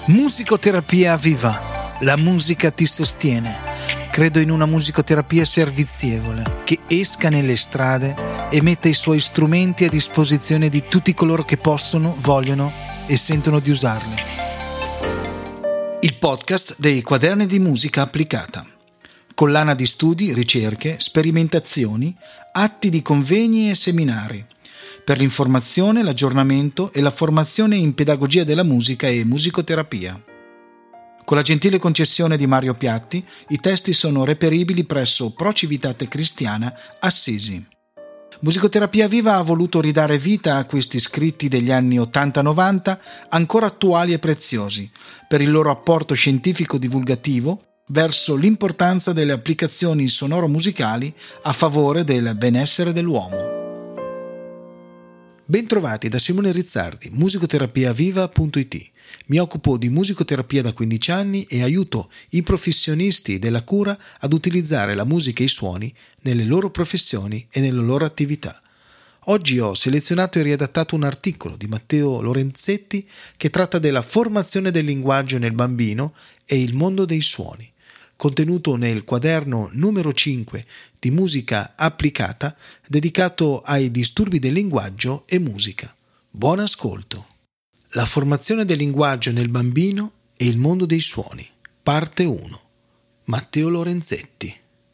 Musicoterapia viva. La musica ti sostiene. Credo in una musicoterapia servizievole che esca nelle strade e metta i suoi strumenti a disposizione di tutti coloro che possono, vogliono e sentono di usarli. Il podcast dei Quaderni di Musica Applicata. Collana di studi, ricerche, sperimentazioni, atti di convegni e seminari per l'informazione, l'aggiornamento e la formazione in pedagogia della musica e musicoterapia. Con la gentile concessione di Mario Piatti, i testi sono reperibili presso Pro Civitate Cristiana Assisi. Musicoterapia Viva ha voluto ridare vita a questi scritti degli anni 80-90 ancora attuali e preziosi per il loro apporto scientifico divulgativo verso l'importanza delle applicazioni sonoro-musicali a favore del benessere dell'uomo. Bentrovati da Simone Rizzardi, musicoterapiaviva.it. Mi occupo di musicoterapia da 15 anni e aiuto i professionisti della cura ad utilizzare la musica e i suoni nelle loro professioni e nelle loro attività. Oggi ho selezionato e riadattato un articolo di Matteo Lorenzetti che tratta della formazione del linguaggio nel bambino e il mondo dei suoni, contenuto nel quaderno numero 5 di musica applicata dedicato ai disturbi del linguaggio e musica. Buon ascolto. La formazione del linguaggio nel bambino e il mondo dei suoni, parte 1. Matteo Lorenzetti.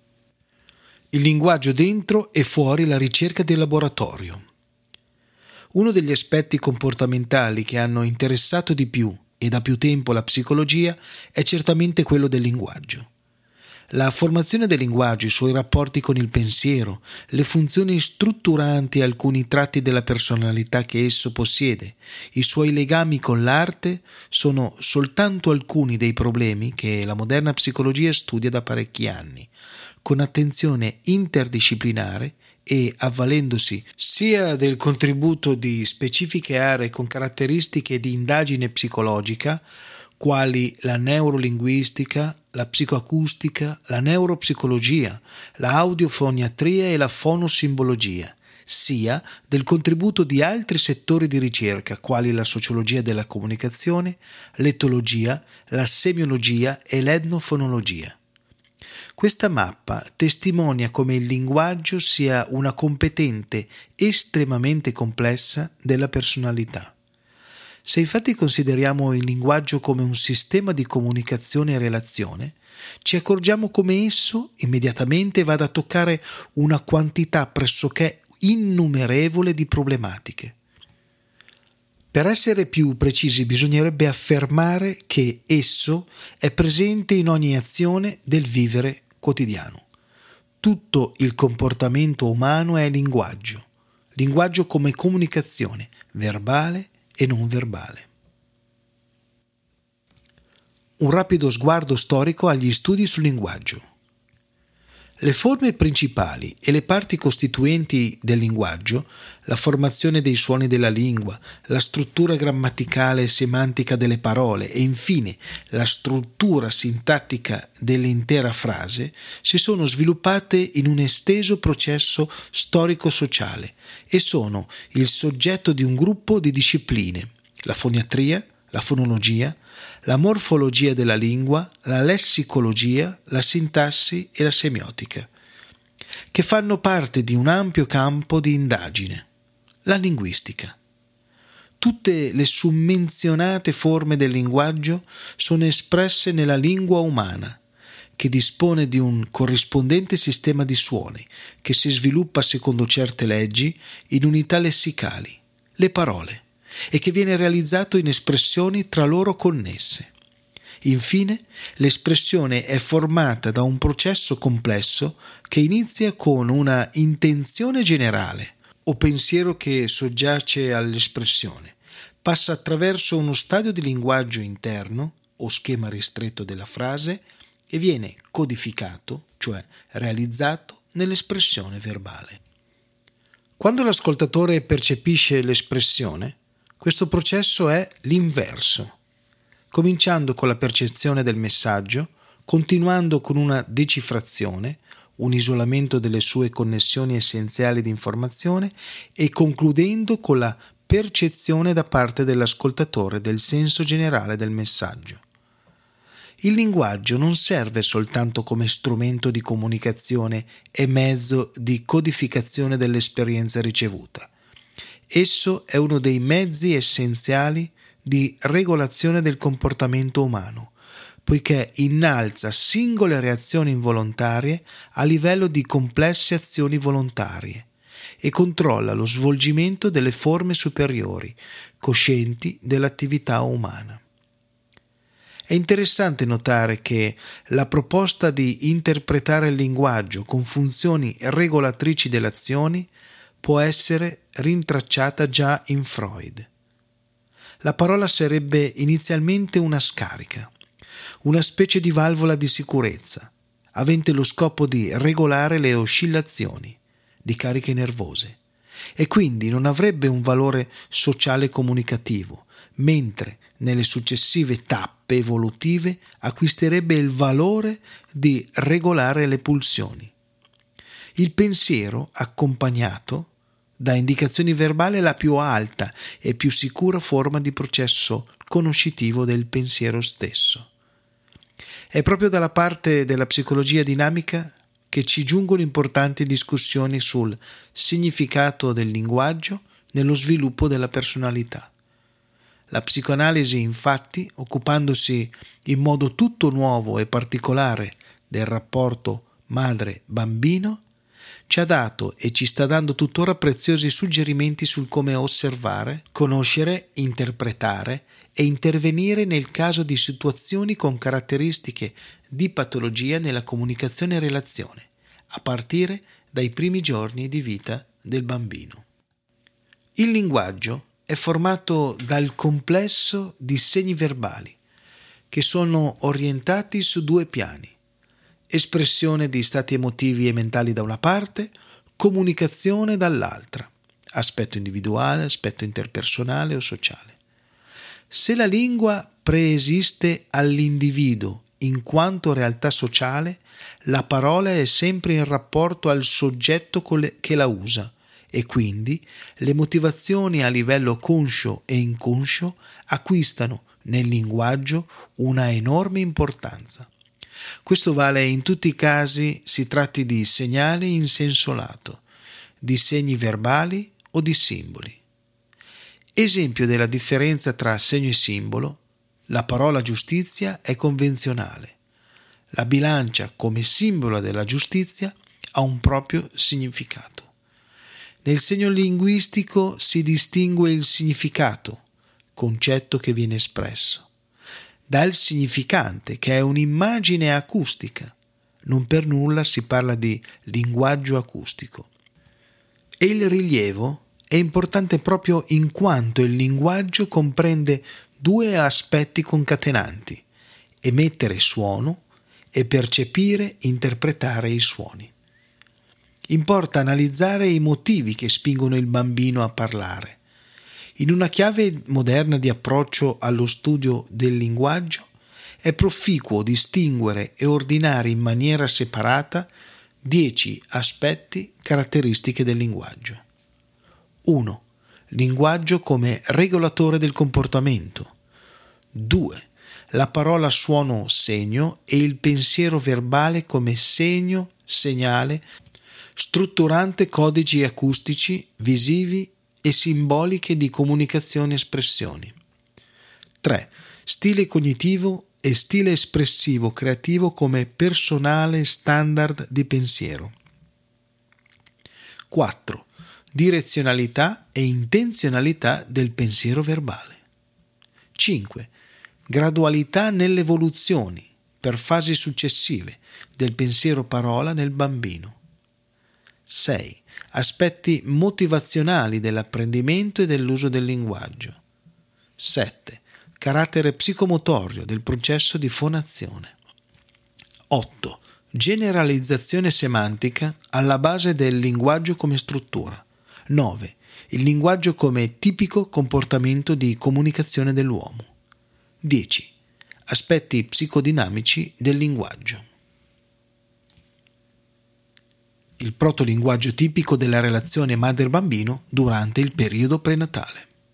Il linguaggio dentro e fuori la ricerca del laboratorio. Uno degli aspetti comportamentali che hanno interessato di più e da più tempo la psicologia è certamente quello del linguaggio. La formazione del linguaggio, i suoi rapporti con il pensiero, le funzioni strutturanti e alcuni tratti della personalità che esso possiede, i suoi legami con l'arte sono soltanto alcuni dei problemi che la moderna psicologia studia da parecchi anni, con attenzione interdisciplinare e avvalendosi sia del contributo di specifiche aree con caratteristiche di indagine psicologica, quali la neurolinguistica, la psicoacustica, la neuropsicologia, la audiofoniatria e la fonosimbologia, sia del contributo di altri settori di ricerca, quali la sociologia della comunicazione, l'etologia, la semiologia e l'etnofonologia. Questa mappa testimonia come il linguaggio sia una competente estremamente complessa della personalità. Se infatti consideriamo il linguaggio come un sistema di comunicazione e relazione, ci accorgiamo come esso immediatamente vada a toccare una quantità pressoché innumerevole di problematiche. Per essere più precisi bisognerebbe affermare che esso è presente in ogni azione del vivere quotidiano. Tutto il comportamento umano è linguaggio come comunicazione verbale e non verbale. Un rapido sguardo storico agli studi sul linguaggio. Le forme principali e le parti costituenti del linguaggio, la formazione dei suoni della lingua, la struttura grammaticale e semantica delle parole e infine la struttura sintattica dell'intera frase, si sono sviluppate in un esteso processo storico-sociale e sono il soggetto di un gruppo di discipline, la foniatria, la fonologia, la morfologia della lingua, la lessicologia, la sintassi e la semiotica, che fanno parte di un ampio campo di indagine, la linguistica. Tutte le summenzionate forme del linguaggio sono espresse nella lingua umana, che dispone di un corrispondente sistema di suoni che si sviluppa secondo certe leggi in unità lessicali, le parole, e che viene realizzato in espressioni tra loro connesse. Infine, l'espressione è formata da un processo complesso che inizia con una intenzione generale o pensiero che soggiace all'espressione, passa attraverso uno stadio di linguaggio interno o schema ristretto della frase e viene codificato, cioè realizzato nell'espressione verbale. Quando l'ascoltatore percepisce l'espressione, questo processo è l'inverso, cominciando con la percezione del messaggio, continuando con una decifrazione, un isolamento delle sue connessioni essenziali di informazione e concludendo con la percezione da parte dell'ascoltatore del senso generale del messaggio. Il linguaggio non serve soltanto come strumento di comunicazione e mezzo di codificazione dell'esperienza ricevuta. Esso è uno dei mezzi essenziali di regolazione del comportamento umano, poiché innalza singole reazioni involontarie a livello di complesse azioni volontarie e controlla lo svolgimento delle forme superiori, coscienti dell'attività umana. È interessante notare che la proposta di interpretare il linguaggio con funzioni regolatrici delle azioni può essere rintracciata già in Freud. La parola sarebbe inizialmente una scarica, una specie di valvola di sicurezza, avente lo scopo di regolare le oscillazioni di cariche nervose e quindi non avrebbe un valore sociale comunicativo, mentre nelle successive tappe evolutive acquisterebbe il valore di regolare le pulsioni. Il pensiero accompagnato da indicazioni verbali è la più alta e più sicura forma di processo conoscitivo del pensiero stesso. È proprio dalla parte della psicologia dinamica che ci giungono importanti discussioni sul significato del linguaggio nello sviluppo della personalità. La psicoanalisi, infatti, occupandosi in modo tutto nuovo e particolare del rapporto madre-bambino, ci ha dato e ci sta dando tuttora preziosi suggerimenti sul come osservare, conoscere, interpretare e intervenire nel caso di situazioni con caratteristiche di patologia nella comunicazione e relazione, a partire dai primi giorni di vita del bambino. Il linguaggio è formato dal complesso di segni verbali che sono orientati su due piani: espressione di stati emotivi e mentali da una parte, comunicazione dall'altra, aspetto individuale, aspetto interpersonale o sociale. Se la lingua preesiste all'individuo in quanto realtà sociale, la parola è sempre in rapporto al soggetto che la usa e quindi le motivazioni a livello conscio e inconscio acquistano nel linguaggio una enorme importanza. Questo vale in tutti i casi si tratti di segnali in senso lato, di segni verbali o di simboli. Esempio della differenza tra segno e simbolo: la parola giustizia è convenzionale. La bilancia come simbolo della giustizia ha un proprio significato. Nel segno linguistico si distingue il significato, concetto che viene espresso, dal significante, che è un'immagine acustica. Non per nulla si parla di linguaggio acustico. E il rilievo è importante proprio in quanto il linguaggio comprende due aspetti concatenanti: emettere suono e percepire, interpretare i suoni. Importa analizzare i motivi che spingono il bambino a parlare. In una chiave moderna di approccio allo studio del linguaggio è proficuo distinguere e ordinare in maniera separata 10 aspetti caratteristiche del linguaggio. 1. Linguaggio come regolatore del comportamento. 2. La parola suono segno e il pensiero verbale come segno, segnale, strutturante codici acustici, visivi e simboliche di comunicazione e espressioni. 3. Stile cognitivo e stile espressivo creativo come personale standard di pensiero. 4. Direzionalità e intenzionalità del pensiero verbale. 5. Gradualità nelle evoluzioni per fasi successive del pensiero parola nel bambino. 6. Aspetti motivazionali dell'apprendimento e dell'uso del linguaggio. 7. Carattere psicomotorio del processo di fonazione. 8. Generalizzazione semantica alla base del linguaggio come struttura. 9. Il linguaggio come tipico comportamento di comunicazione dell'uomo. 10. Aspetti psicodinamici del linguaggio. Il protolinguaggio tipico della relazione madre-bambino durante il periodo prenatale.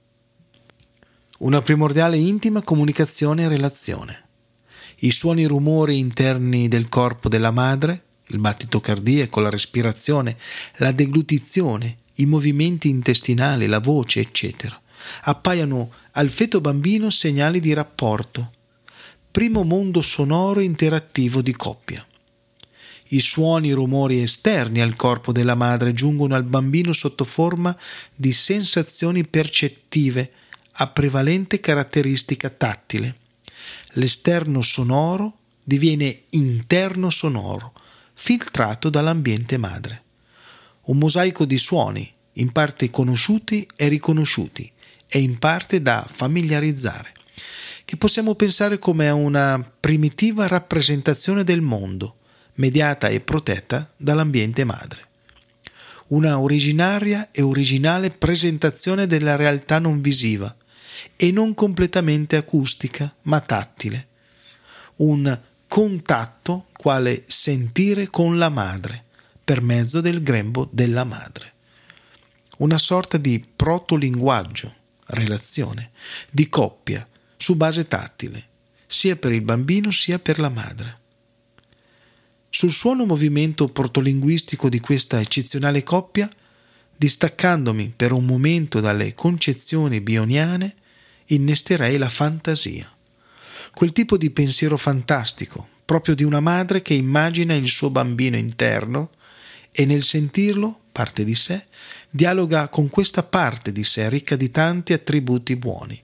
una primordiale intima comunicazione e relazione. I suoni e rumori interni del corpo della madre, il battito cardiaco, la respirazione, la deglutizione, i movimenti intestinali, la voce, eccetera, appaiono al feto bambino segnali di rapporto, primo mondo sonoro interattivo di coppia. I suoni e rumori esterni al corpo della madre giungono al bambino sotto forma di sensazioni percettive a prevalente caratteristica tattile. L'esterno sonoro diviene interno sonoro, filtrato dall'ambiente madre. Un mosaico di suoni, in parte conosciuti e riconosciuti, e in parte da familiarizzare, che possiamo pensare come a una primitiva rappresentazione del mondo, mediata e protetta dall'ambiente madre. Una originaria e originale presentazione della realtà non visiva e non completamente acustica, ma tattile. Un contatto quale sentire con la madre per mezzo del grembo della madre. Una sorta di protolinguaggio, relazione, di coppia su base tattile, sia per il bambino sia per la madre. Sul suono movimento protolinguistico di questa eccezionale coppia, distaccandomi per un momento dalle concezioni bioniane, innesterei la fantasia. Quel tipo di pensiero fantastico, proprio di una madre che immagina il suo bambino interno e nel sentirlo, parte di sé, dialoga con questa parte di sé ricca di tanti attributi buoni.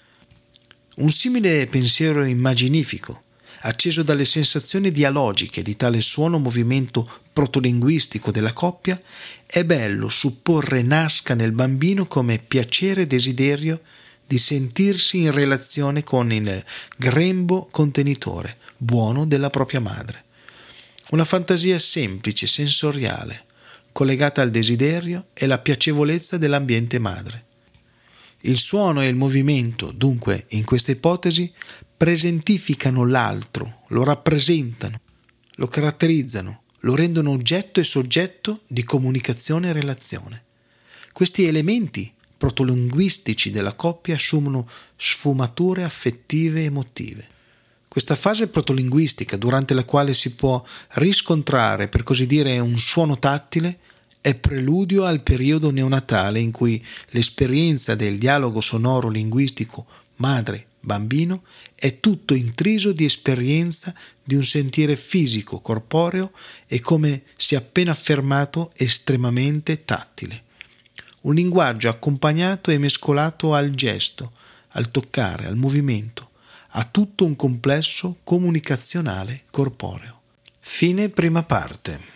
Un simile pensiero immaginifico, acceso dalle sensazioni dialogiche di tale suono-movimento protolinguistico della coppia, è bello supporre nasca nel bambino come piacere e desiderio di sentirsi in relazione con il grembo contenitore, buono della propria madre. Una fantasia semplice, sensoriale, collegata al desiderio e alla piacevolezza dell'ambiente madre. Il suono e il movimento, dunque, in questa ipotesi, presentificano l'altro, lo rappresentano, lo caratterizzano, lo rendono oggetto e soggetto di comunicazione e relazione. Questi elementi protolinguistici della coppia assumono sfumature affettive e emotive. Questa fase protolinguistica, durante la quale si può riscontrare, per così dire, un suono tattile, è preludio al periodo neonatale in cui l'esperienza del dialogo sonoro linguistico madre-bambino è tutto intriso di esperienza di un sentire fisico, corporeo e, come si è appena affermato, estremamente tattile. Un linguaggio accompagnato e mescolato al gesto, al toccare, al movimento, a tutto un complesso comunicazionale corporeo. Fine prima parte.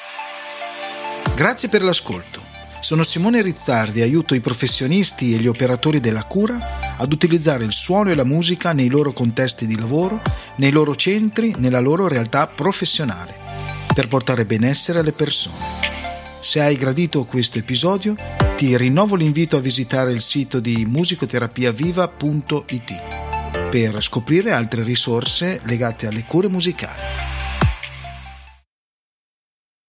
Grazie per l'ascolto. Sono Simone Rizzardi e aiuto i professionisti e gli operatori della cura ad utilizzare il suono e la musica nei loro contesti di lavoro, nei loro centri, nella loro realtà professionale, per portare benessere alle persone. Se hai gradito questo episodio, ti rinnovo l'invito a visitare il sito di musicoterapiaviva.it per scoprire altre risorse legate alle cure musicali.